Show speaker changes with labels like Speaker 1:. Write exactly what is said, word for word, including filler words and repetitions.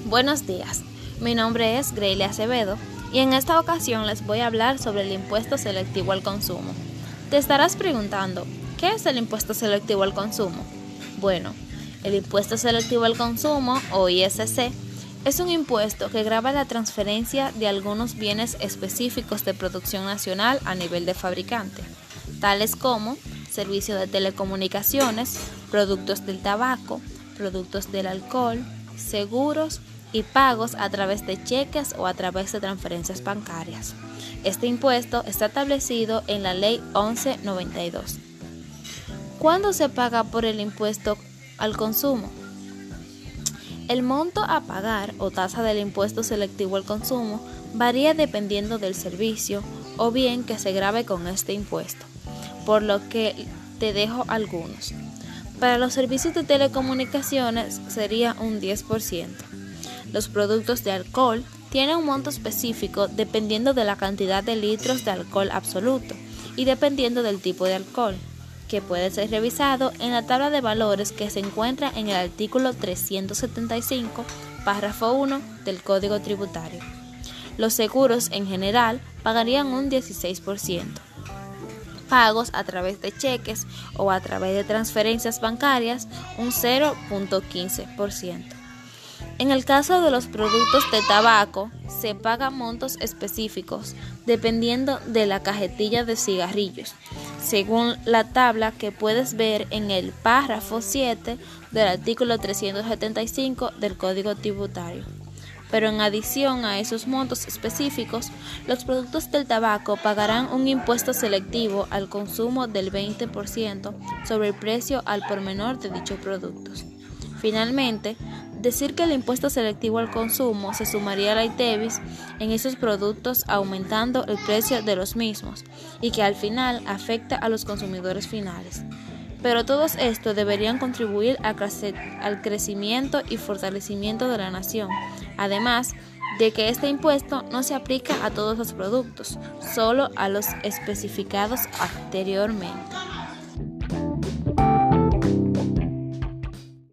Speaker 1: Buenos días, mi nombre es Greily Acevedo y en esta ocasión les voy a hablar sobre el impuesto selectivo al consumo. Te estarás preguntando, ¿qué es el impuesto selectivo al consumo? Bueno, el impuesto selectivo al consumo, o I S C, es un impuesto que grava la transferencia de algunos bienes específicos de producción nacional a nivel de fabricante, tales como servicio de telecomunicaciones, productos del tabaco, productos del alcohol, seguros y pagos a través de cheques o a través de transferencias bancarias. Este impuesto está establecido en la Ley once noventa y dos. ¿Cuándo se paga por el impuesto al consumo? El monto a pagar o tasa del impuesto selectivo al consumo varía dependiendo del servicio o bien que se grave con este impuesto, por lo que te dejo algunos. Para los servicios de telecomunicaciones sería un diez por ciento. Los productos de alcohol tienen un monto específico dependiendo de la cantidad de litros de alcohol absoluto y dependiendo del tipo de alcohol, que puede ser revisado en la tabla de valores que se encuentra en el artículo trescientos setenta y cinco, párrafo uno del Código Tributario. Los seguros en general pagarían un dieciséis por ciento. Pagos a través de cheques o a través de transferencias bancarias un cero punto quince por ciento. En el caso de los productos de tabaco, se pagan montos específicos dependiendo de la cajetilla de cigarrillos, según la tabla que puedes ver en el párrafo siete del artículo trescientos setenta y cinco del Código Tributario. Pero en adición a esos montos específicos, los productos del tabaco pagarán un impuesto selectivo al consumo del veinte por ciento sobre el precio al por menor de dichos productos. Finalmente, decir que el impuesto selectivo al consumo se sumaría a la ITEVIS en esos productos aumentando el precio de los mismos y que al final afecta a los consumidores finales. Pero todos estos deberían contribuir al crecimiento y fortalecimiento de la nación, además de que este impuesto no se aplica a todos los productos, solo a los especificados anteriormente.